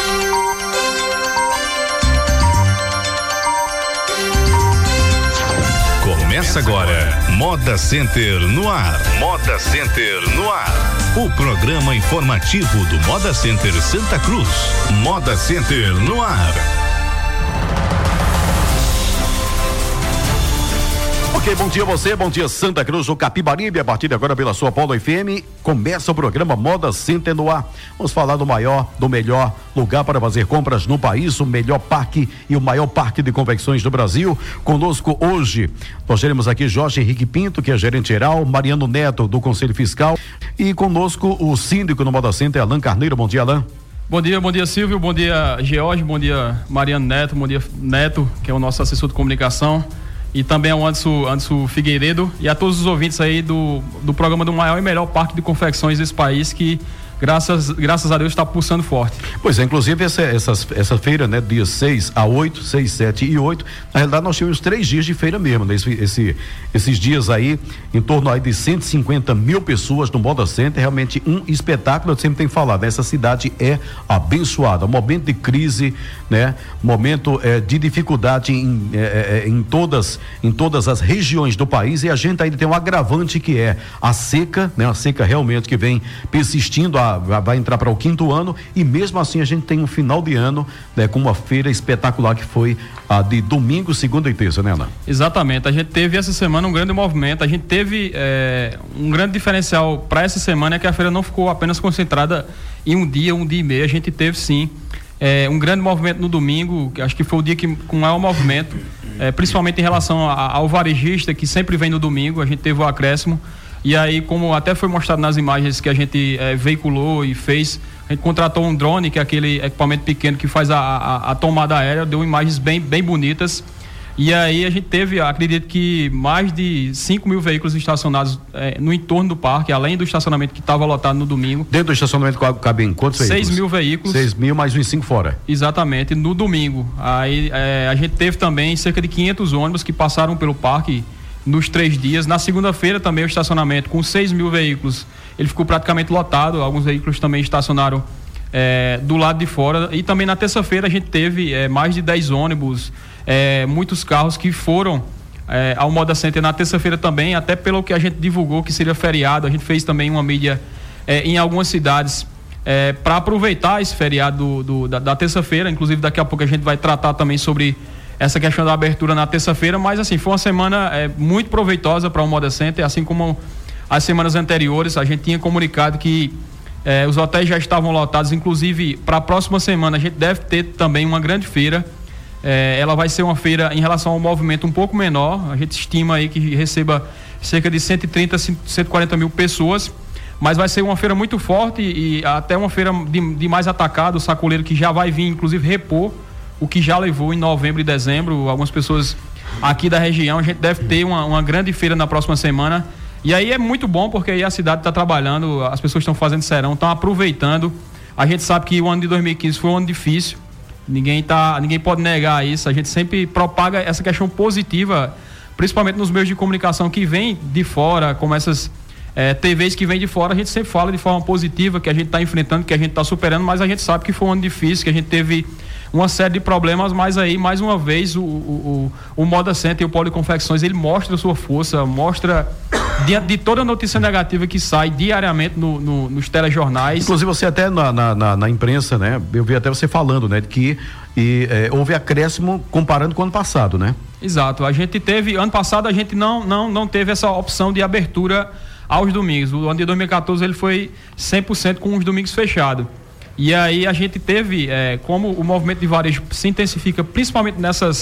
Começa agora, Moda Center no ar. Moda Center no ar. O programa informativo do Moda Center Santa Cruz. Moda Center no ar. Ok, bom dia a você, bom dia Santa Cruz, o Capibaribe, a partir de agora pela sua Polo FM, começa o programa Moda Center no ar. Vamos falar do maior, do melhor lugar para fazer compras no país, o melhor parque e o maior parque de convecções do Brasil. Conosco hoje, nós teremos aqui Jorge Henrique Pinto, que é gerente geral, Mariano Neto, do Conselho Fiscal, e conosco o síndico no Moda Center, Alan Carneiro. Bom dia, Alan. Bom dia Silvio, bom dia George, bom dia Mariano Neto, bom dia Neto, que é o nosso assessor de comunicação. E também ao Anderson Figueiredo e a todos os ouvintes aí do programa do maior e melhor parque de confecções desse país, que graças a Deus está pulsando forte. Pois é, inclusive essa feira, né, dias 6 a 8, 6, 7 e 8, na realidade nós tivemos 3 dias de feira mesmo, né? Esses dias aí, em torno aí de 150 mil pessoas no Moda Center, realmente um espetáculo. Eu sempre tenho falado, essa cidade é abençoada, momento de crise, né? Momento de dificuldade em todas as regiões do país, e a gente ainda tem um agravante que é a seca, né? A seca realmente que vem persistindo, vai entrar para o 5º ano, e mesmo assim a gente tem um final de ano, né, com uma feira espetacular que foi a de domingo, segunda e terça, né, Ana? Exatamente, a gente teve essa semana um grande movimento, a gente teve um grande diferencial para essa semana, é que a feira não ficou apenas concentrada em um dia e meio, a gente teve sim um grande movimento no domingo, acho que foi o dia com maior movimento, principalmente em relação ao varejista, que sempre vem no domingo, a gente teve o acréscimo. E aí, como até foi mostrado nas imagens que a gente veiculou e fez, a gente contratou um drone, que é aquele equipamento pequeno que faz a tomada aérea, deu imagens bem bonitas. E aí a gente teve, acredito que mais de 5 mil veículos estacionados no entorno do parque, além do estacionamento que estava lotado no domingo. Dentro do estacionamento cabem quantos veículos? 6 mil veículos. 6 mil mais uns 5 fora. Exatamente, no domingo. Aí a gente teve também cerca de 500 ônibus que passaram pelo parque nos 3 dias. Na segunda-feira também o estacionamento com 6 mil veículos, ele ficou praticamente lotado, alguns veículos também estacionaram do lado de fora, e também na terça-feira a gente teve mais de 10 ônibus, muitos carros que foram ao Moda Center na terça-feira também, até pelo que a gente divulgou que seria feriado. A gente fez também uma mídia em algumas cidades para aproveitar esse feriado da terça-feira. Inclusive daqui a pouco a gente vai tratar também sobre essa questão da abertura na terça-feira, mas assim, foi uma semana muito proveitosa para o Moda Center, assim como as semanas anteriores. A gente tinha comunicado que os hotéis já estavam lotados, inclusive para a próxima semana a gente deve ter também uma grande feira. Ela vai ser uma feira em relação ao movimento um pouco menor, a gente estima aí que receba cerca de 130, 140 mil pessoas, mas vai ser uma feira muito forte e até uma feira de mais atacado, o sacoleiro que já vai vir inclusive repor o que já levou em novembro e dezembro. Algumas pessoas aqui da região, a gente deve ter uma grande feira na próxima semana, e aí é muito bom porque aí a cidade está trabalhando, as pessoas estão fazendo serão, estão aproveitando. A gente sabe que o ano de 2015 foi um ano difícil, ninguém pode negar isso, a gente sempre propaga essa questão positiva, principalmente nos meios de comunicação que vêm de fora, como essas TVs que vêm de fora, a gente sempre fala de forma positiva, que a gente está enfrentando, que a gente está superando, mas a gente sabe que foi um ano difícil, que a gente teve uma série de problemas, mas aí, mais uma vez, o Moda Center e o Polo de Confecções, ele mostra a sua força, mostra diante de toda a notícia negativa que sai diariamente nos telejornais. Inclusive você até na imprensa, né? Eu vi até você falando, né? De que houve acréscimo comparando com o ano passado, né? Exato, a gente teve, ano passado a gente não teve essa opção de abertura aos domingos. O ano de 2014 ele foi 100% com os domingos fechados. E aí a gente teve, como o movimento de varejo se intensifica principalmente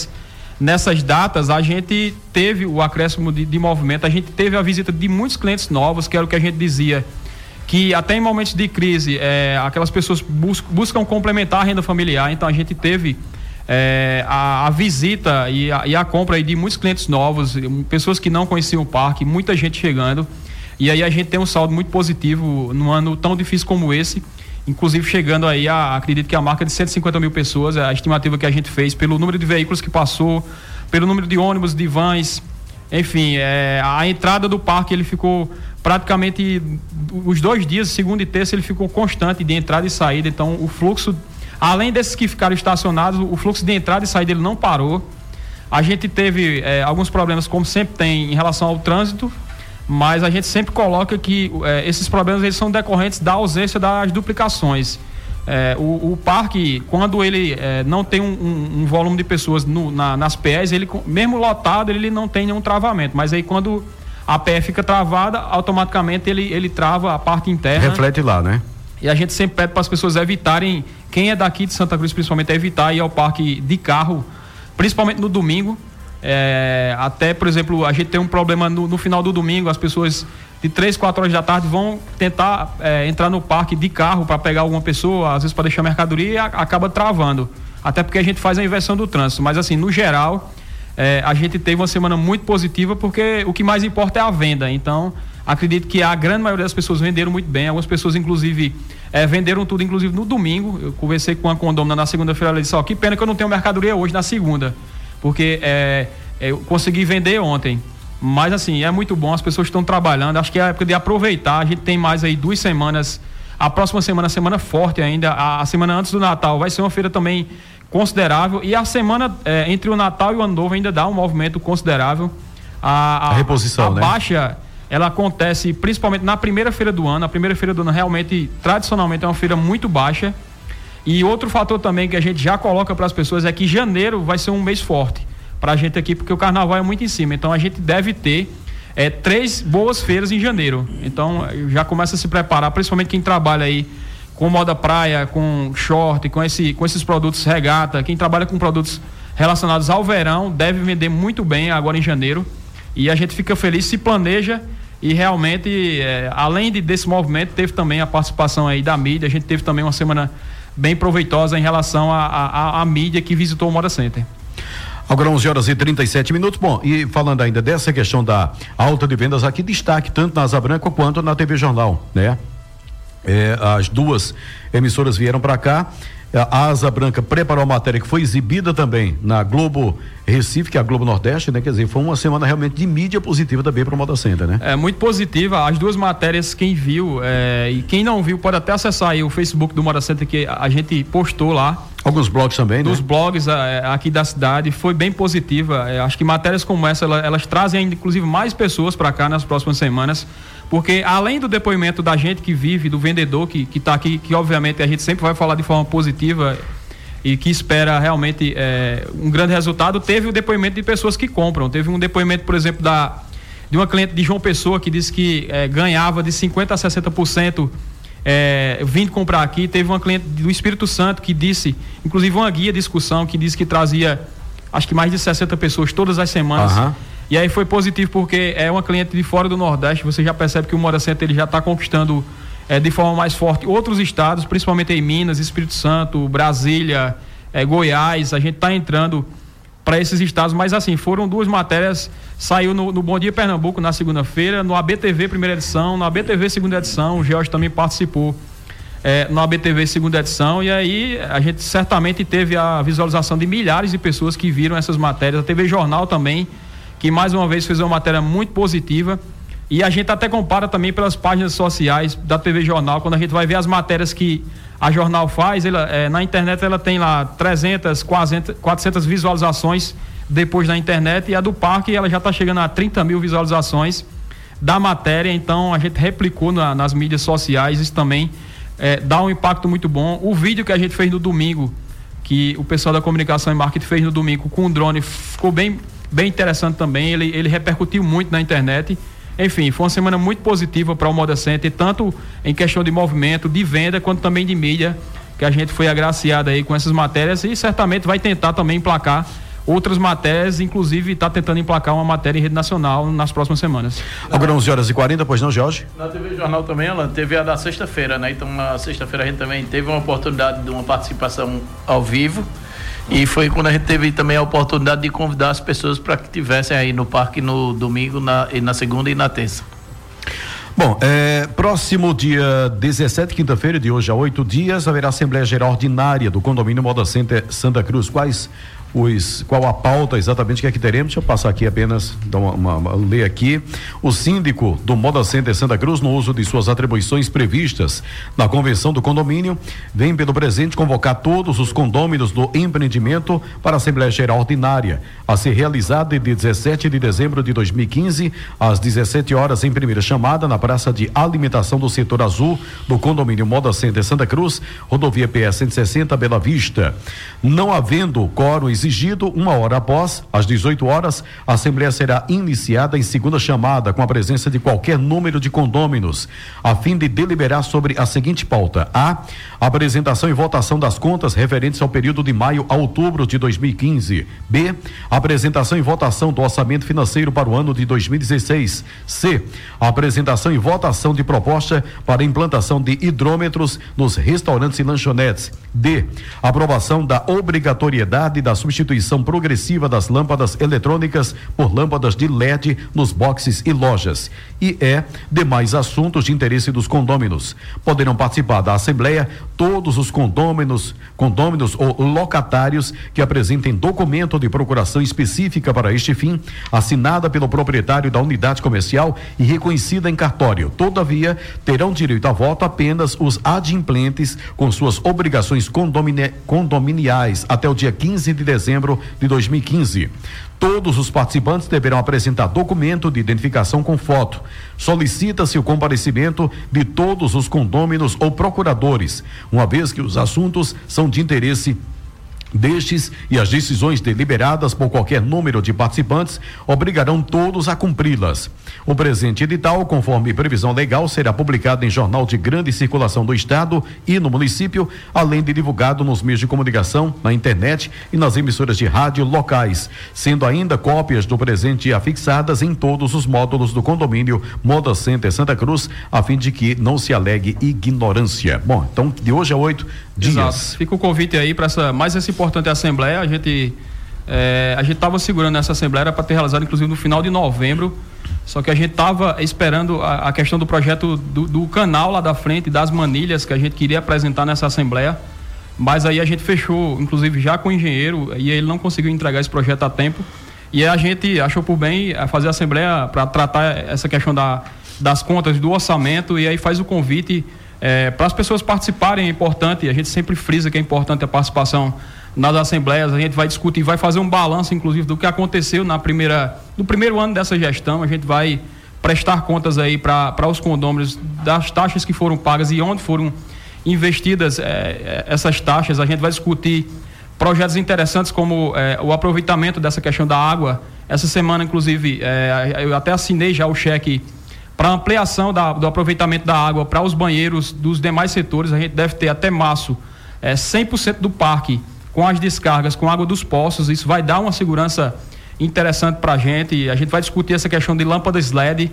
nessas datas, a gente teve o acréscimo de movimento, a gente teve a visita de muitos clientes novos, que era o que a gente dizia, que até em momentos de crise, aquelas pessoas buscam complementar a renda familiar. Então a gente teve a visita e a compra aí de muitos clientes novos, pessoas que não conheciam o parque, muita gente chegando, e aí a gente tem um saldo muito positivo num ano tão difícil como esse. Inclusive chegando aí acredito que a marca de 150 mil pessoas, a estimativa que a gente fez pelo número de veículos que passou, pelo número de ônibus, de vans, enfim, a entrada do parque, ele ficou praticamente os 2 dias, segunda e terça, ele ficou constante de entrada e saída. Então o fluxo, além desses que ficaram estacionados, o fluxo de entrada e saída ele não parou. A gente teve alguns problemas, como sempre tem, em relação ao trânsito, mas a gente sempre coloca que esses problemas eles são decorrentes da ausência das duplicações. O parque, quando ele não tem um volume de pessoas nas PEs, ele, mesmo lotado, ele não tem nenhum travamento, mas aí quando a PE fica travada, automaticamente ele trava a parte interna. Reflete lá, né? E a gente sempre pede para as pessoas evitarem, quem é daqui de Santa Cruz principalmente, evitar ir ao parque de carro, principalmente no domingo. Até, por exemplo, a gente tem um problema no final do domingo, as pessoas de 3, 4 horas da tarde vão tentar entrar no parque de carro para pegar alguma pessoa, às vezes para deixar mercadoria, e acaba travando. Até porque a gente faz a inversão do trânsito. Mas assim, no geral, a gente teve uma semana muito positiva, porque o que mais importa é a venda. Então, acredito que a grande maioria das pessoas venderam muito bem. Algumas pessoas, inclusive, venderam tudo, inclusive no domingo. Eu conversei com a condômina na segunda-feira, ela disse, que pena que eu não tenho mercadoria hoje, na segunda, porque eu consegui vender ontem. Mas assim, é muito bom, as pessoas estão trabalhando, acho que é a época de aproveitar. A gente tem mais aí 2 semanas, a próxima semana forte ainda, a semana antes do Natal vai ser uma feira também considerável, e a semana entre o Natal e o Ano Novo ainda dá um movimento considerável. A reposição, né? A baixa, ela acontece principalmente na primeira feira do ano. A primeira feira do ano realmente, tradicionalmente, é uma feira muito baixa. E outro fator também que a gente já coloca para as pessoas é que janeiro vai ser um mês forte para a gente aqui, porque o carnaval é muito em cima. Então a gente deve ter 3 boas feiras em janeiro. Então já começa a se preparar, principalmente quem trabalha aí com moda praia, com short, com esses produtos regata, quem trabalha com produtos relacionados ao verão deve vender muito bem agora em janeiro. E a gente fica feliz, se planeja, e realmente, além desse movimento, teve também a participação aí da mídia. A gente teve também uma semana bem proveitosa em relação à mídia que visitou o Moda Center. Agora 11h37. Bom, e falando ainda dessa questão da alta de vendas aqui, destaque tanto na Asa Branca quanto na TV Jornal, né? As 2 emissoras vieram para cá. A Asa Branca preparou a matéria que foi exibida também na Globo Recife, que é a Globo Nordeste, né? Quer dizer, foi uma semana realmente de mídia positiva também para o Moda Center, né? Muito positiva. As 2 matérias, quem viu e quem não viu pode até acessar aí o Facebook do Moda Center, que a gente postou lá. Alguns blogs também, né? Dos blogs aqui da cidade, foi bem positiva. Acho que matérias como essa, elas trazem ainda, inclusive, mais pessoas para cá nas próximas semanas, porque além do depoimento da gente que vive, do vendedor que está aqui, que obviamente a gente sempre vai falar de forma positiva e que espera realmente um grande resultado, teve o depoimento de pessoas que compram. Teve um depoimento, por exemplo, de uma cliente de João Pessoa, que disse que ganhava de 50% a 60% vindo comprar aqui. Teve uma cliente do Espírito Santo que disse, inclusive uma guia de discussão, que disse que trazia acho que mais de 60 pessoas todas as semanas. E aí foi positivo, porque é uma cliente de fora do Nordeste. Você já percebe que o Moda Center ele já está conquistando de forma mais forte outros estados, principalmente em Minas, Espírito Santo, Brasília, Goiás. A gente está entrando para esses estados, mas assim, foram 2 matérias, saiu no Bom Dia Pernambuco na segunda-feira, no ABTV primeira edição, no ABTV segunda edição. O George também participou no ABTV segunda edição, e aí a gente certamente teve a visualização de milhares de pessoas que viram essas matérias. A TV Jornal também, que mais uma vez fez uma matéria muito positiva, e a gente até compara também pelas páginas sociais da TV Jornal. Quando a gente vai ver as matérias que a Jornal faz, na internet ela tem lá 300, 400 visualizações depois na internet, e a do Parque ela já está chegando a 30 mil visualizações da matéria. Então a gente replicou nas mídias sociais, isso também dá um impacto muito bom. O vídeo que a gente fez no domingo, que o pessoal da comunicação e marketing fez no domingo com o drone, ficou bem interessante também. Ele repercutiu muito na internet. Enfim, foi uma semana muito positiva para o Moda Center, tanto em questão de movimento, de venda, quanto também de mídia, que a gente foi agraciado aí com essas matérias, e certamente vai tentar também emplacar outras matérias, inclusive está tentando emplacar uma matéria em rede nacional nas próximas semanas. Agora 11h40, pois não, Jorge? Na TV Jornal também, ela teve a da sexta-feira, né? Então na sexta-feira a gente também teve uma oportunidade de uma participação ao vivo, e foi quando a gente teve também a oportunidade de convidar as pessoas para que estivessem aí no parque no domingo, na segunda e na terça. Bom, próximo dia 17, quinta-feira, de hoje a 8 dias, haverá Assembleia Geral Ordinária do Condomínio Moda Center Santa Cruz. Quais qual a pauta exatamente que é que teremos. Deixa eu passar aqui apenas, dar ler aqui. O síndico do Moda Center Santa Cruz, no uso de suas atribuições previstas na convenção do condomínio, vem pelo presente convocar todos os condôminos do empreendimento para a Assembleia Geral Ordinária, a ser realizada de 17 de dezembro de 2015, às 17 horas, em primeira chamada, na Praça de Alimentação do Setor Azul, do condomínio Moda Center Santa Cruz, rodovia PS 160, Bela Vista. Não havendo quórum exigido, 1 hora após, às 18 horas, a Assembleia será iniciada em segunda chamada, com a presença de qualquer número de condôminos, a fim de deliberar sobre a seguinte pauta: A. Apresentação e votação das contas referentes ao período de maio a outubro de 2015. B. Apresentação e votação do orçamento financeiro para o ano de 2016. C. Apresentação e votação de proposta para implantação de hidrômetros nos restaurantes e lanchonetes. D. Aprovação da obrigatoriedade da substituição progressiva das lâmpadas eletrônicas por lâmpadas de LED nos boxes e lojas. E E. Demais assuntos de interesse dos condôminos. Poderão participar da Assembleia todos os condôminos ou locatários que apresentem documento de procuração específica para este fim, assinada pelo proprietário da unidade comercial e reconhecida em cartório. Todavia, terão direito a voto apenas os adimplentes com suas obrigações condominiais até o dia 15 de dezembro de 2015. Todos os participantes deverão apresentar documento de identificação com foto. Solicita-se o comparecimento de todos os condôminos ou procuradores, uma vez que os assuntos são de interesse destes e as decisões deliberadas por qualquer número de participantes obrigarão todos a cumpri-las. O presente edital, conforme previsão legal, será publicado em jornal de grande circulação do estado e no município, além de divulgado nos meios de comunicação, na internet e nas emissoras de rádio locais, sendo ainda cópias do presente afixadas em todos os módulos do condomínio Moda Center Santa Cruz, a fim de que não se alegue ignorância. Bom, então de hoje a 8 dias. Exato. Fica o convite aí para essa importante assembleia. A gente estava segurando essa assembleia para ter realizado inclusive no final de novembro, só que a gente estava esperando a questão do projeto do canal lá da frente, das manilhas que a gente queria apresentar nessa assembleia, mas aí a gente fechou inclusive já com o engenheiro e ele não conseguiu entregar esse projeto a tempo, e a gente achou por bem fazer a assembleia para tratar essa questão das contas, do orçamento, e aí faz o convite para as pessoas participarem. É importante, a gente sempre frisa que é importante a participação nas assembleias. A gente vai discutir, vai fazer um balanço inclusive do que aconteceu no primeiro ano dessa gestão. A gente vai prestar contas aí para os condôminos das taxas que foram pagas e onde foram investidas essas taxas. A gente vai discutir projetos interessantes como o aproveitamento dessa questão da água. Essa semana inclusive eu até assinei já o cheque para ampliação do aproveitamento da água para os banheiros dos demais setores. A gente deve ter até março 100% do parque com as descargas com água dos poços. Isso vai dar uma segurança interessante para a gente vai discutir essa questão de lâmpadas LED.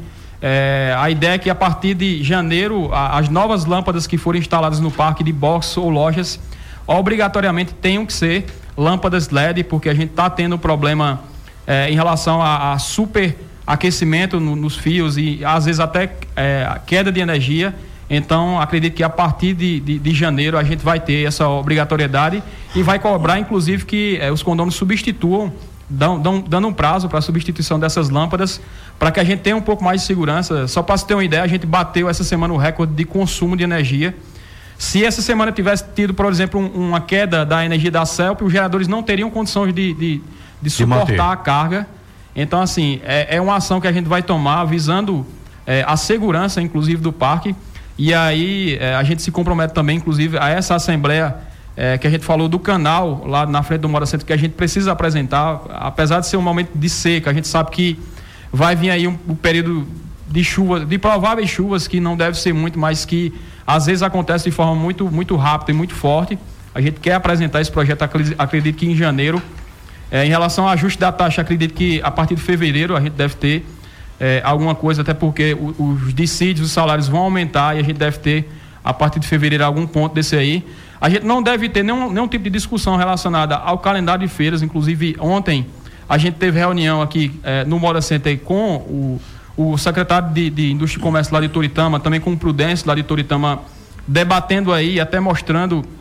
A ideia é que a partir de janeiro as novas lâmpadas que forem instaladas no parque de box ou lojas obrigatoriamente tenham que ser lâmpadas LED, porque a gente está tendo um problema em relação a superaquecimento nos fios e às vezes até queda de energia. Então acredito que a partir de janeiro a gente vai ter essa obrigatoriedade e vai cobrar inclusive que os condôminos substituam, dando um prazo para a substituição dessas lâmpadas, para que a gente tenha um pouco mais de segurança. Só para você ter uma ideia, a gente bateu essa semana o recorde de consumo de energia. Se essa semana tivesse tido, por exemplo, uma queda da energia da CELP, os geradores não teriam condições de suportar a carga. Então, assim, é uma ação que a gente vai tomar visando a segurança, inclusive, do parque. E aí a gente se compromete também, inclusive, a essa assembleia que a gente falou do canal lá na frente do Moda Center, que a gente precisa apresentar. Apesar de ser um momento de seca, a gente sabe que vai vir aí um período de chuva, de prováveis chuvas, que não deve ser muito, mas que às vezes acontece de forma muito, muito rápida e muito forte. A gente quer apresentar esse projeto, acredito que em janeiro. Em relação ao ajuste da taxa, acredito que a partir de fevereiro a gente deve ter alguma coisa, até porque os dissídios, os salários vão aumentar, e a gente deve ter, a partir de fevereiro, algum ponto desse aí. A gente não deve ter nenhum tipo de discussão relacionada ao calendário de feiras. Inclusive, ontem a gente teve reunião aqui no Moda Center com o secretário de Indústria e Comércio lá de Toritama, também com o Prudêncio lá de Toritama, debatendo aí, até mostrando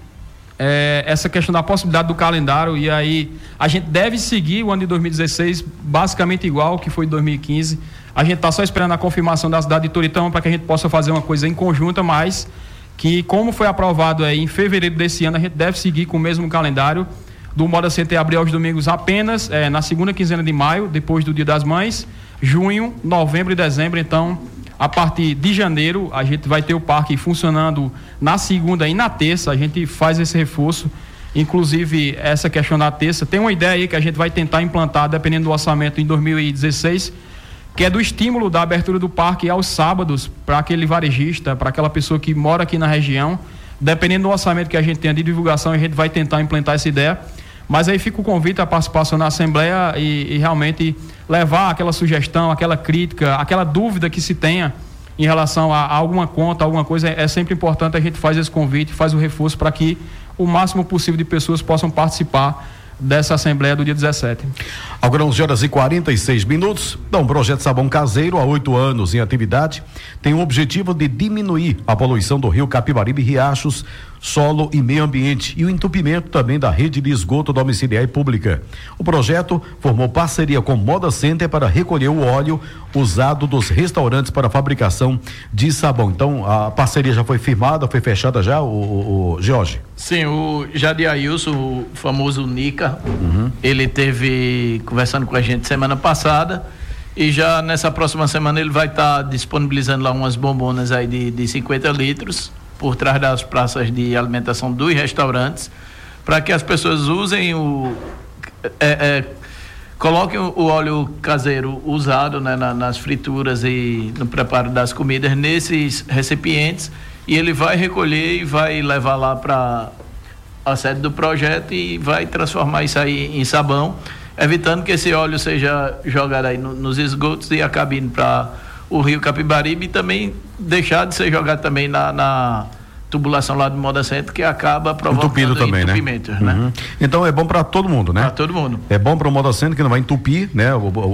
essa questão da possibilidade do calendário, e aí a gente deve seguir o ano de 2016 basicamente igual que foi 2015. A gente está só esperando a confirmação da cidade de Toritama para que a gente possa fazer uma coisa em conjunta, mas que, como foi aprovado em fevereiro desse ano, a gente deve seguir com o mesmo calendário do Moda Center abrir aos domingos apenas na segunda quinzena de maio, depois do Dia das Mães, junho, novembro e dezembro. Então, a partir de janeiro, a gente vai ter o parque funcionando na segunda e na terça. A gente faz esse reforço, inclusive essa questão da terça. Tem uma ideia aí que a gente vai tentar implantar, dependendo do orçamento, em 2016, que é do estímulo da abertura do parque aos sábados para aquele varejista, para aquela pessoa que mora aqui na região. Dependendo do orçamento que a gente tenha de divulgação, a gente vai tentar implantar essa ideia. Mas aí fica o convite à participação na Assembleia e realmente levar aquela sugestão, aquela crítica, aquela dúvida que se tenha em relação a alguma conta, alguma coisa. É sempre importante a gente fazer esse convite, faz o reforço para que o máximo possível de pessoas possam participar dessa Assembleia do dia 17. Agora 11h46. Então, o projeto Sabão Caseiro, há 8 anos em atividade, tem o objetivo de diminuir a poluição do rio Capibaribe, riachos, solo e meio ambiente e o entupimento também da rede de esgoto domiciliar e pública. O projeto formou parceria com Moda Center para recolher o óleo usado dos restaurantes para a fabricação de sabão. Então, a parceria já foi firmada, foi fechada já, o Jorge? Sim, o Jadir Ailson, o famoso Nica, ele teve conversando com a gente semana passada e já nessa próxima semana ele vai estar disponibilizando lá umas bombonas aí de 50 litros por trás das praças de alimentação dos restaurantes, para que as pessoas usem coloquem o óleo caseiro usado, né, nas frituras e no preparo das comidas nesses recipientes, e ele vai recolher e vai levar lá para a sede do projeto e vai transformar isso aí em sabão, evitando que esse óleo seja jogado aí nos esgotos e acabe indo para o rio Capibaribe, e também deixar de ser jogado também na tubulação lá do Moda Center, que acaba provocando entupimento, né? Então é bom para todo mundo, né? Para todo mundo. É bom para o Moda Center, que não vai entupir, né?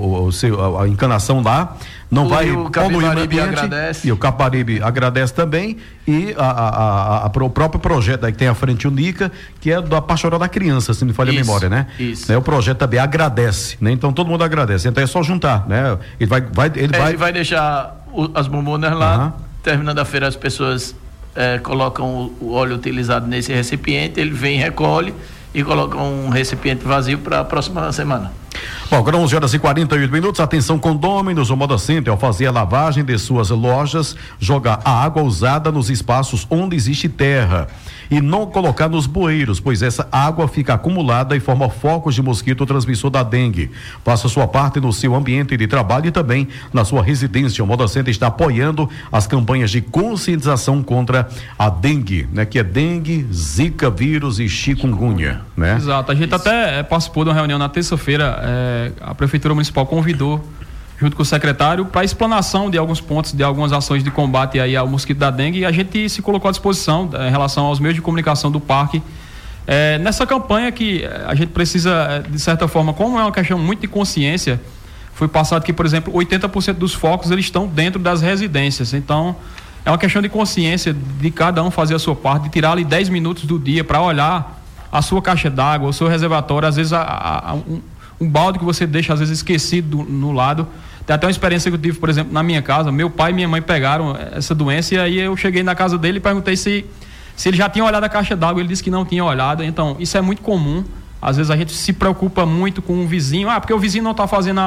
A encanação lá não vai poluir o ambiente. Agradece. E o Capibaribe agradece também, e o próprio projeto aí que tem à frente o Nica, que é da Pastoral da Criança, se me falha a memória, né? Isso. O projeto também agradece, né? Então todo mundo agradece. Então é só juntar, né? Ele vai deixar as bombonas lá, terminando a feira as pessoas colocam o óleo utilizado nesse recipiente, ele vem, recolhe e coloca um recipiente vazio para a próxima semana. Bom, agora 11h48. Atenção, condôminos. O Moda Center, ao fazer a lavagem de suas lojas, jogar a água usada nos espaços onde existe terra e não colocar nos bueiros, pois essa água fica acumulada e forma focos de mosquito transmissor da dengue. Faça sua parte no seu ambiente de trabalho e também na sua residência. O Moda Center está apoiando as campanhas de conscientização contra a dengue, né? Que é dengue, zika, vírus e chikungunya, né? Exato. A gente até participou de uma reunião na terça-feira. A Prefeitura Municipal convidou, junto com o secretário, para explanação de alguns pontos, de algumas ações de combate aí ao mosquito da dengue, e a gente se colocou à disposição em relação aos meios de comunicação do parque, nessa campanha que a gente precisa, de certa forma, como é uma questão muito de consciência, foi passado que, por exemplo, 80% dos focos eles estão dentro das residências. Então, é uma questão de consciência de cada um fazer a sua parte, de tirar ali 10 minutos do dia para olhar a sua caixa d'água, o seu reservatório, às vezes um balde que você deixa às vezes esquecido no lado. Tem até uma experiência que eu tive, por exemplo, na minha casa. Meu pai e minha mãe pegaram essa doença, e aí eu cheguei na casa dele e perguntei se ele já tinha olhado a caixa d'água. Ele disse que não tinha olhado. Então, isso é muito comum. Às vezes a gente se preocupa muito com o vizinho, porque o vizinho não está fazendo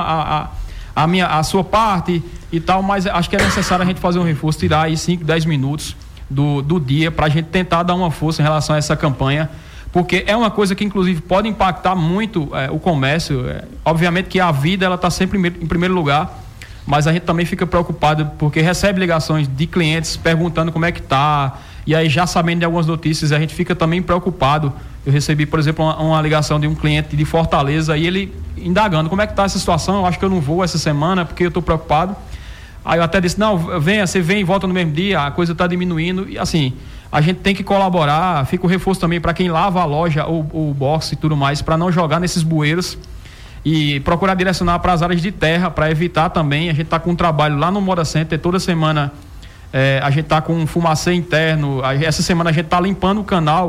a sua parte e tal, mas acho que é necessário a gente fazer um reforço, tirar aí 5, 10 minutos do dia para a gente tentar dar uma força em relação a essa campanha, porque é uma coisa que inclusive pode impactar muito o comércio. Obviamente que a vida ela está sempre em primeiro lugar, mas a gente também fica preocupado porque recebe ligações de clientes perguntando como é que está, e aí já sabendo de algumas notícias a gente fica também preocupado. Eu recebi, por exemplo, uma ligação de um cliente de Fortaleza, e ele indagando como é que está essa situação. Eu acho que eu não vou essa semana porque eu estou preocupado. Aí eu até disse, não, você vem e volta no mesmo dia, a coisa está diminuindo. E assim, a gente tem que colaborar. Fica o reforço também para quem lava a loja ou o box e tudo mais, para não jogar nesses bueiros e procurar direcionar para as áreas de terra, para evitar também. A gente está com um trabalho lá no Moda Center, toda semana a gente está com um fumacê interno. Essa semana a gente está limpando o canal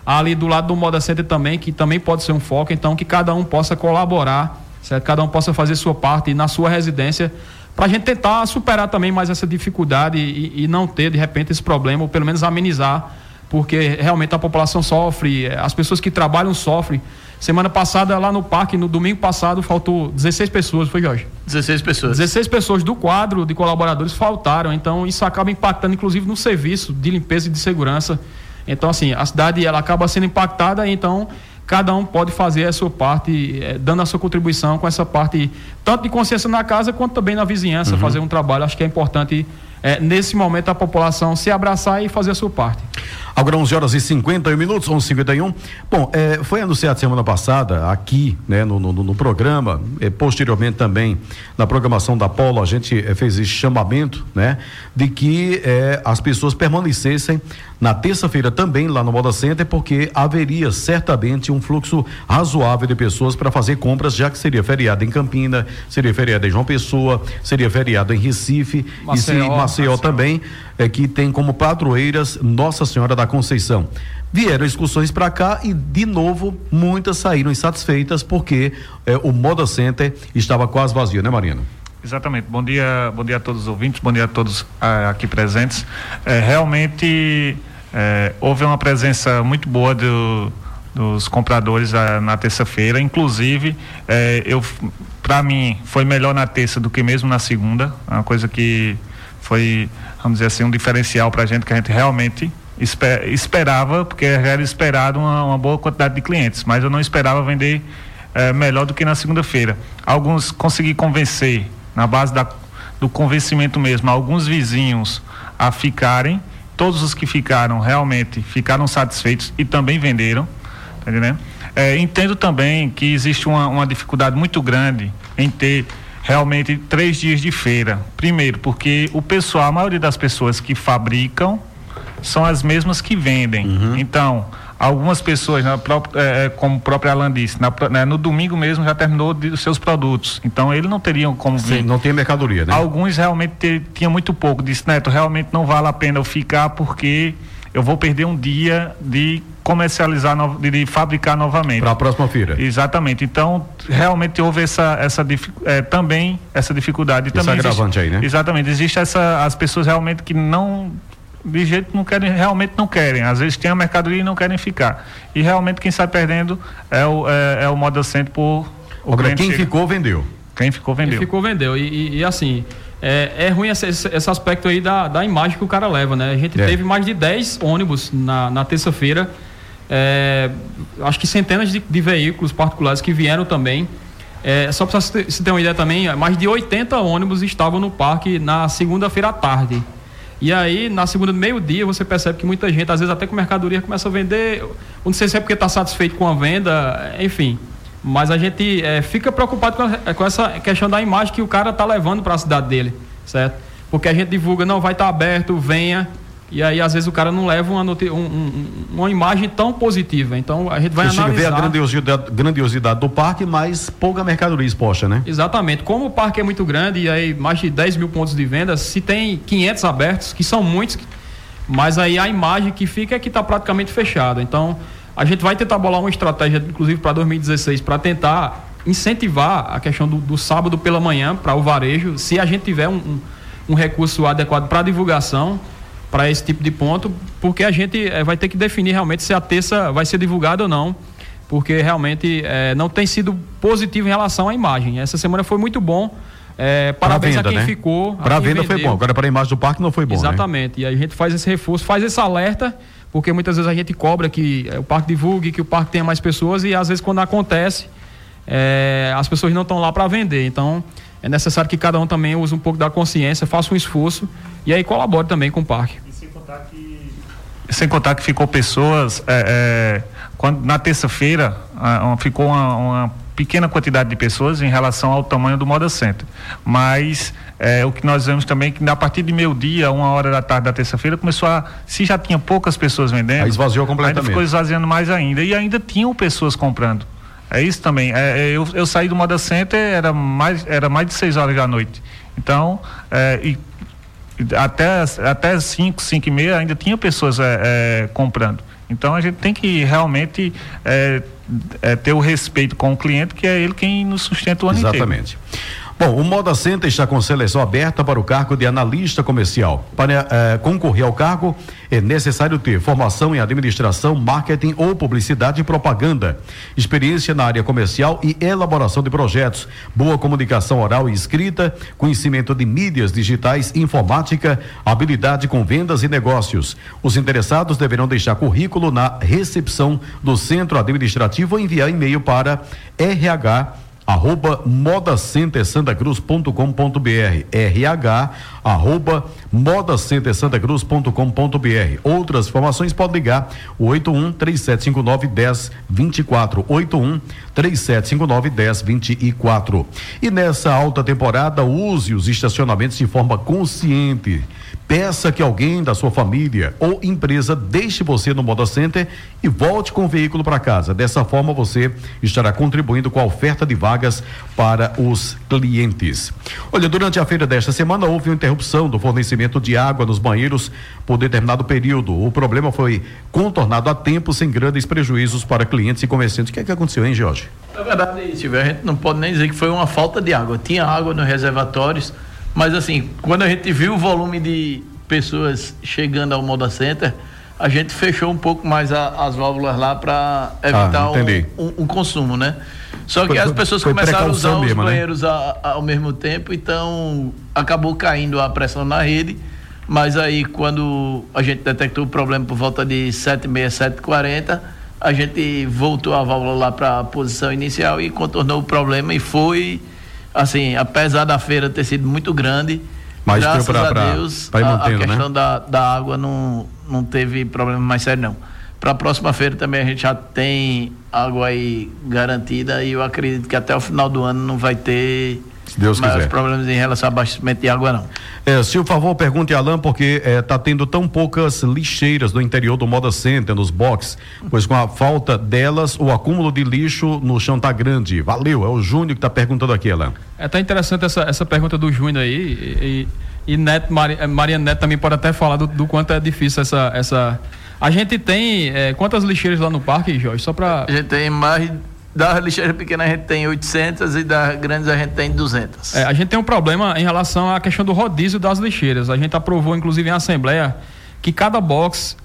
ali do lado do Moda Center também, que também pode ser um foco, então que cada um possa colaborar, certo? Cada um possa fazer sua parte na sua residência, para a gente tentar superar também mais essa dificuldade e não ter, de repente, esse problema, ou pelo menos amenizar, porque realmente a população sofre, as pessoas que trabalham sofrem. Semana passada, lá no parque, no domingo passado, faltou 16 pessoas, foi, Jorge? 16 pessoas. 16 pessoas do quadro de colaboradores faltaram, então isso acaba impactando, inclusive, no serviço de limpeza e de segurança. Então, assim, a cidade, ela acaba sendo impactada, então cada um pode fazer a sua parte, dando a sua contribuição com essa parte, tanto de consciência na casa, quanto também na vizinhança, fazer um trabalho. Acho que é importante, nesse momento, a população se abraçar e fazer a sua parte. Agora 11h51, 11h51. Bom, foi anunciado semana passada aqui, né, no programa, posteriormente também na programação da Polo, a gente fez esse chamamento, né, de que as pessoas permanecessem na terça-feira também lá no Moda Center, porque haveria certamente um fluxo razoável de pessoas para fazer compras, já que seria feriado em Campina, seria feriado em João Pessoa, seria feriado em Recife, Maceió também, que tem como padroeiras Nossa Senhora da Conceição. Vieram excursões para cá e, de novo, muitas saíram insatisfeitas porque o Moda Center estava quase vazio, né, Marina? Exatamente. Bom dia a todos os ouvintes, bom dia a todos aqui presentes. Realmente houve uma presença muito boa dos compradores na terça-feira, inclusive para mim foi melhor na terça do que mesmo na segunda, uma coisa que foi, vamos dizer assim, um diferencial para a gente, que a gente realmente esperava, porque era esperado uma boa quantidade de clientes, mas eu não esperava vender melhor do que na segunda-feira. Alguns consegui convencer, na base do convencimento mesmo, alguns vizinhos a ficarem. Todos os que ficaram realmente ficaram satisfeitos e também venderam, tá entendendo? Entendo também que existe uma dificuldade muito grande em ter realmente 3 dias de feira. Primeiro, porque a maioria das pessoas que fabricam são as mesmas que vendem. Então, algumas pessoas, como o próprio Alan disse, no domingo mesmo já terminou os seus produtos. Então, eles não teriam como vender. Não tem mercadoria, né? Alguns realmente tinham muito pouco. Disse, Neto, realmente não vale a pena eu ficar porque eu vou perder um dia de comercializar, de fabricar novamente. Para a próxima feira. Exatamente. Então, realmente houve também essa dificuldade. Esse agravante aí, né? Exatamente. Existe as pessoas realmente que não... de jeito não querem, realmente não querem. Às vezes tem a mercadoria e não querem ficar. E realmente quem sai perdendo é o Moda Center por... Quem ficou, vendeu. Quem ficou, vendeu. Quem ficou, vendeu. E assim, é ruim esse aspecto aí da imagem que o cara leva, né? A gente teve mais de 10 ônibus na terça-feira. Acho que centenas de veículos particulares que vieram também. Só para você ter uma ideia também, mais de 80 ônibus estavam no parque na segunda-feira à tarde. E aí, na segunda, meio-dia, você percebe que muita gente, às vezes até com mercadoria, começa a vender. Eu não sei se é porque está satisfeito com a venda, enfim. Mas a gente fica preocupado com essa questão da imagem que o cara está levando para a cidade dele, certo? Porque a gente divulga, não, vai estar aberto, venha. E aí, às vezes, o cara não leva uma imagem tão positiva. Então, a gente vai analisar... Você chega a ver a grandiosidade do parque, mas pouca mercadoria exposta, né? Exatamente. Como o parque é muito grande, e aí mais de 10 mil pontos de venda, se tem 500 abertos, que são muitos, mas aí a imagem que fica é que está praticamente fechada. Então, a gente vai tentar bolar uma estratégia, inclusive para 2016, para tentar incentivar a questão do sábado pela manhã para o varejo, se a gente tiver um recurso adequado para divulgação, para esse tipo de ponto, porque a gente vai ter que definir realmente se a terça vai ser divulgada ou não, porque realmente não tem sido positivo em relação à imagem. Essa semana foi muito bom, parabéns venda, a quem ficou. Para a venda vendeu. Foi bom, agora para a imagem do parque não foi bom. Exatamente, né? E a gente faz esse reforço, faz esse alerta, porque muitas vezes a gente cobra que o parque divulgue, que o parque tenha mais pessoas, e às vezes quando acontece, as pessoas não estão lá para vender. Então, é necessário que cada um também use um pouco da consciência, faça um esforço e aí colabore também com o parque. Sem contar que ficou pessoas, na terça-feira ficou uma pequena quantidade de pessoas em relação ao tamanho do Moda Center, mas o que nós vemos também é que a partir de meio-dia, 1h da tarde da terça-feira, se já tinha poucas pessoas vendendo, aí esvaziou completamente. Ainda ficou esvaziando mais ainda, e ainda tinham pessoas comprando. É isso também. Eu saí do Moda Center, era mais de 6 horas da noite. Então, até 5h30 ainda tinha pessoas comprando. Então a gente tem que realmente ter o respeito com o cliente, que é ele quem nos sustenta o ano inteiro. Exatamente. Bom, o Moda Center está com seleção aberta para o cargo de analista comercial. Para concorrer ao cargo, é necessário ter formação em administração, marketing ou publicidade e propaganda, experiência na área comercial e elaboração de projetos, boa comunicação oral e escrita, conhecimento de mídias digitais, informática, habilidade com vendas e negócios. Os interessados deverão deixar currículo na recepção do centro administrativo ou enviar e-mail para rh@modacentersantacruz.com.br, rh@modacentersantacruz.com.br. Outras informações pode ligar o 81-3759-1024, 81-3759-1024. E nessa alta temporada, use os estacionamentos de forma consciente. Peça que alguém da sua família ou empresa deixe você no Moda Center e volte com o veículo para casa. Dessa forma, você estará contribuindo com a oferta de vagas para os clientes. Olha, durante a feira desta semana houve uma interrupção do fornecimento de água nos banheiros por determinado período. O problema foi contornado a tempo, sem grandes prejuízos para clientes e comerciantes. O que é que aconteceu, hein, Jorge? Na verdade, Silvio, a gente não pode nem dizer que foi uma falta de água. Tinha água nos reservatórios, mas assim, quando a gente viu o volume de pessoas chegando ao Moda Center, a gente fechou um pouco mais as válvulas lá para evitar um consumo, né? Só que as pessoas começaram a usar os banheiros ao mesmo tempo, então acabou caindo a pressão na rede, mas aí quando a gente detectou o problema por volta de 7h30, 7h40, a gente voltou a válvula lá para a posição inicial e contornou o problema, e foi assim, apesar da feira ter sido muito grande, mas graças a Deus a questão, né, da água não teve problema mais sério, não. Para a próxima feira também a gente já tem água aí garantida, e eu acredito que até o final do ano não vai ter, se Deus quiser, problemas em relação ao abastecimento de água, não. Se por favor, pergunte a Alain, porque tá tendo tão poucas lixeiras no interior do Moda Center, nos boxes, pois com a falta delas, o acúmulo de lixo no chão tá grande. Valeu, é o Júnior que tá perguntando aqui, Alain. Tá interessante essa pergunta do Júnior aí, e Neto, Maria Neto também pode até falar do quanto é difícil essa... A gente tem quantas lixeiras lá no parque, Jorge? Só para... A gente tem mais... Das lixeiras pequenas a gente tem 800 e das grandes a gente tem 200. A gente tem um problema em relação à questão do rodízio das lixeiras. A gente aprovou, inclusive, em assembleia, que cada box,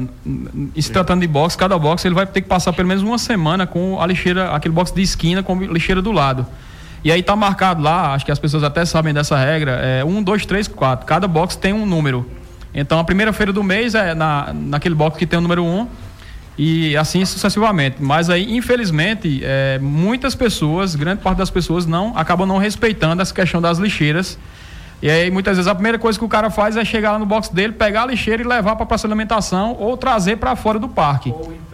se tratando de box, cada box ele vai ter que passar pelo menos uma semana com a lixeira, aquele box de esquina com lixeira do lado. E aí tá marcado lá, acho que as pessoas até sabem dessa regra, 1, 2, 3, 4. Cada box tem um número. Então a primeira feira do mês é naquele box que tem o número 1, e assim sucessivamente. Mas aí, infelizmente, muitas pessoas, grande parte das pessoas acabam não respeitando essa questão das lixeiras. E aí muitas vezes a primeira coisa que o cara faz é chegar lá no box dele, pegar a lixeira e levar para a praça de alimentação ou trazer para fora do parque.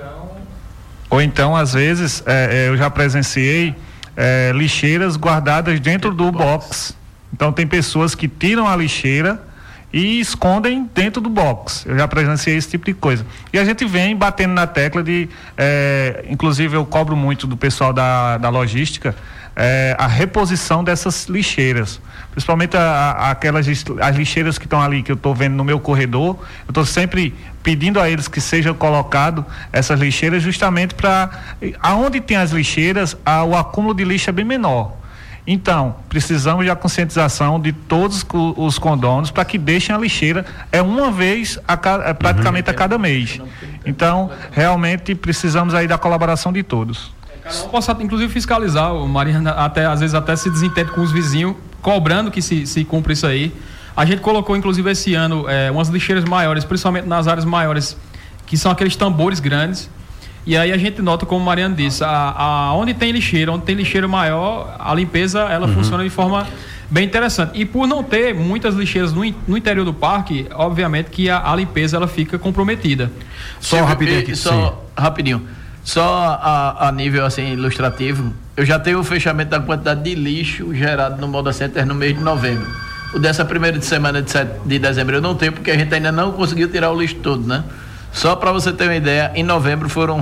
Ou então às vezes eu já presenciei lixeiras guardadas dentro do box. Então tem pessoas que tiram a lixeira e escondem dentro do box. Eu já presenciei esse tipo de coisa. E a gente vem batendo na tecla de, inclusive eu cobro muito do pessoal da logística, a reposição dessas lixeiras. Principalmente as lixeiras que estão ali, que eu estou vendo no meu corredor. Eu estou sempre pedindo a eles que seja colocado essas lixeiras, justamente para aonde tem as lixeiras, o acúmulo de lixo é bem menor. Então, precisamos da conscientização de todos os condôminos para que deixem a lixeira uma vez praticamente a cada mês. Então, realmente precisamos aí da colaboração de todos. Eu posso inclusive fiscalizar, o Mariana às vezes até se desentende com os vizinhos, cobrando que se cumpra isso aí. A gente colocou inclusive esse ano umas lixeiras maiores, principalmente nas áreas maiores, que são aqueles tambores grandes. E aí a gente nota, como o Mariano disse, onde tem lixeira maior, a limpeza ela funciona de forma bem interessante. E por não ter muitas lixeiras no interior do parque, obviamente que a limpeza ela fica comprometida. Só rapidinho aqui. Rapidinho. Só a nível assim ilustrativo, eu já tenho o fechamento da quantidade de lixo gerado no Moda Center no mês de novembro. O dessa primeira semana de dezembro eu não tenho, porque a gente ainda não conseguiu tirar o lixo todo, né? Só para você ter uma ideia, em novembro foram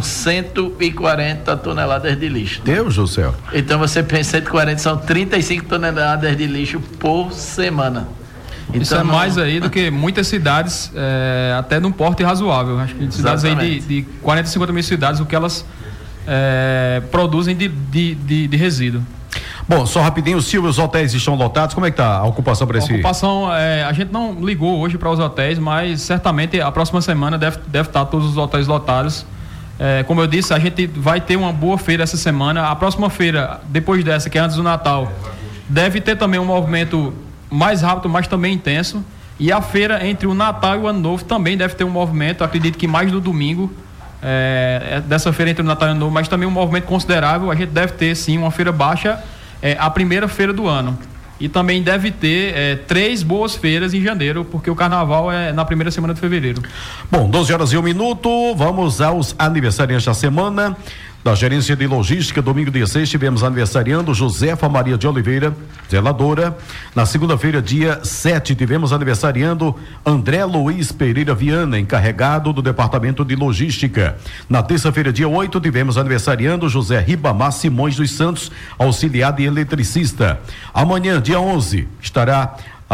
140 toneladas de lixo. Deus do céu. Então você pensa, 140 são 35 toneladas de lixo por semana. Isso é mais aí do que muitas cidades, até num porte razoável. Acho que cidades aí de 40, 50 mil cidades, o que elas produzem de resíduo. Bom, só rapidinho, Silvio, os hotéis estão lotados, como é que tá a ocupação para esse? A ocupação, a gente não ligou hoje para os hotéis, mas certamente a próxima semana deve estar todos os hotéis lotados. Como eu disse, a gente vai ter uma boa feira essa semana. A próxima feira, depois dessa, que é antes do Natal, deve ter também um movimento mais rápido, mas também intenso. E a feira entre o Natal e o Ano Novo também deve ter um movimento, acredito que mais no domingo, dessa feira entre o Natal e o Ano Novo, mas também um movimento considerável. A gente deve ter sim uma feira baixa, a primeira feira do ano. E também deve ter 3 boas feiras em janeiro, porque o carnaval é na primeira semana de fevereiro. Bom, 12h01, vamos aos aniversariantes da semana. Da Gerência de Logística, domingo dia 6, tivemos aniversariando Josefa Maria de Oliveira, zeladora. Na segunda-feira, dia 7, tivemos aniversariando André Luiz Pereira Viana, encarregado do Departamento de Logística. Na terça-feira, dia 8, tivemos aniversariando José Ribamar Simões dos Santos, auxiliar de eletricista. Amanhã, dia 11, estarão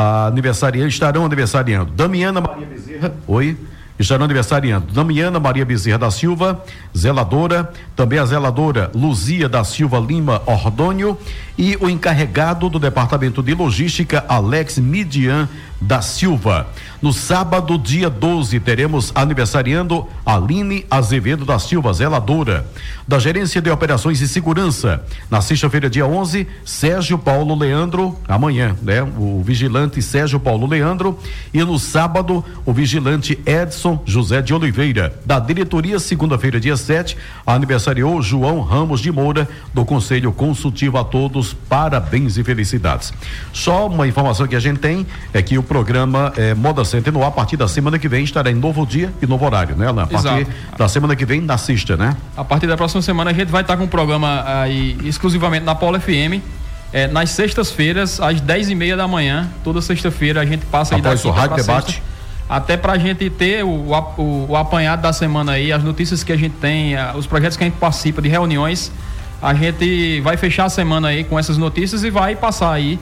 aniversariando Damiana Maria Bezerra. Oi. Estarão aniversariando Damiana Maria Bezerra da Silva, zeladora, também a zeladora Luzia da Silva Lima Ordônio e o encarregado do Departamento de Logística, Alex Midian da Silva. No sábado, dia 12, teremos aniversariando Aline Azevedo da Silva, zeladora. Da Gerência de Operações e Segurança, na sexta-feira, dia 11, Sérgio Paulo Leandro, amanhã, né? O vigilante Sérgio Paulo Leandro, e no sábado, o vigilante Edson José de Oliveira. Da diretoria, segunda-feira, dia 7, aniversariou João Ramos de Moura, do Conselho Consultivo. A todos, parabéns e felicidades. Só uma informação que a gente tem é que o programa Moda Center no ar, a partir da semana que vem, estará em novo dia e novo horário, né, Alain? A partir da semana que vem, na sexta, né? A partir da próxima semana a gente vai estar com um programa aí exclusivamente na Polo FM, nas sextas-feiras, às 10h30 da manhã. Toda sexta-feira a gente passa aí após o rádio debate, até pra gente ter o apanhado da semana aí, as notícias que a gente tem, os projetos que a gente participa de reuniões. A gente vai fechar a semana aí com essas notícias e vai passar aí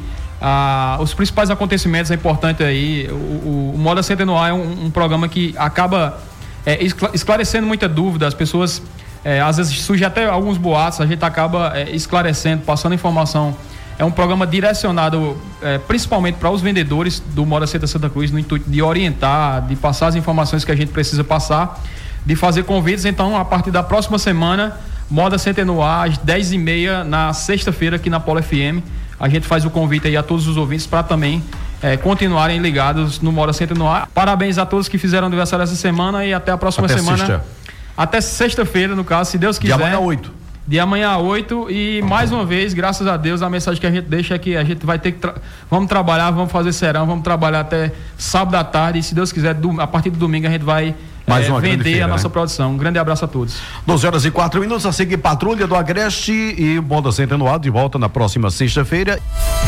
os principais acontecimentos. É importante aí, o Moda Center no Ar é um programa que acaba esclarecendo muita dúvida. As pessoas, às vezes surge até alguns boatos, a gente acaba esclarecendo, passando informação. É um programa direcionado principalmente para os vendedores do Moda Center Santa Cruz, no intuito de orientar, de passar as informações que a gente precisa passar, de fazer convites. Então, a partir da próxima semana, Moda Center no Ar, às 10h30, na sexta-feira, aqui na Polo FM. A gente faz o convite aí a todos os ouvintes para também continuarem ligados no Moda Center no Ar. Parabéns a todos que fizeram aniversário essa semana e até a próxima semana. Até sexta-feira, no caso, se Deus quiser. De amanhã 8. De amanhã 8. E mais uma vez, graças a Deus, a mensagem que a gente deixa é que a gente vai ter que vamos trabalhar, vamos fazer serão, vamos trabalhar até sábado à tarde. E se Deus quiser, a partir do domingo a gente vai vender feira, a nossa produção. Um grande abraço a todos. 12h04, a seguir Patrulha do Agreste e Moda Center no Ar, de volta na próxima sexta-feira.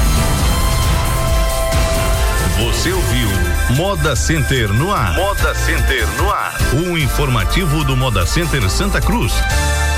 Você ouviu Moda Center no Ar. Moda Center no Ar. O informativo do Moda Center Santa Cruz.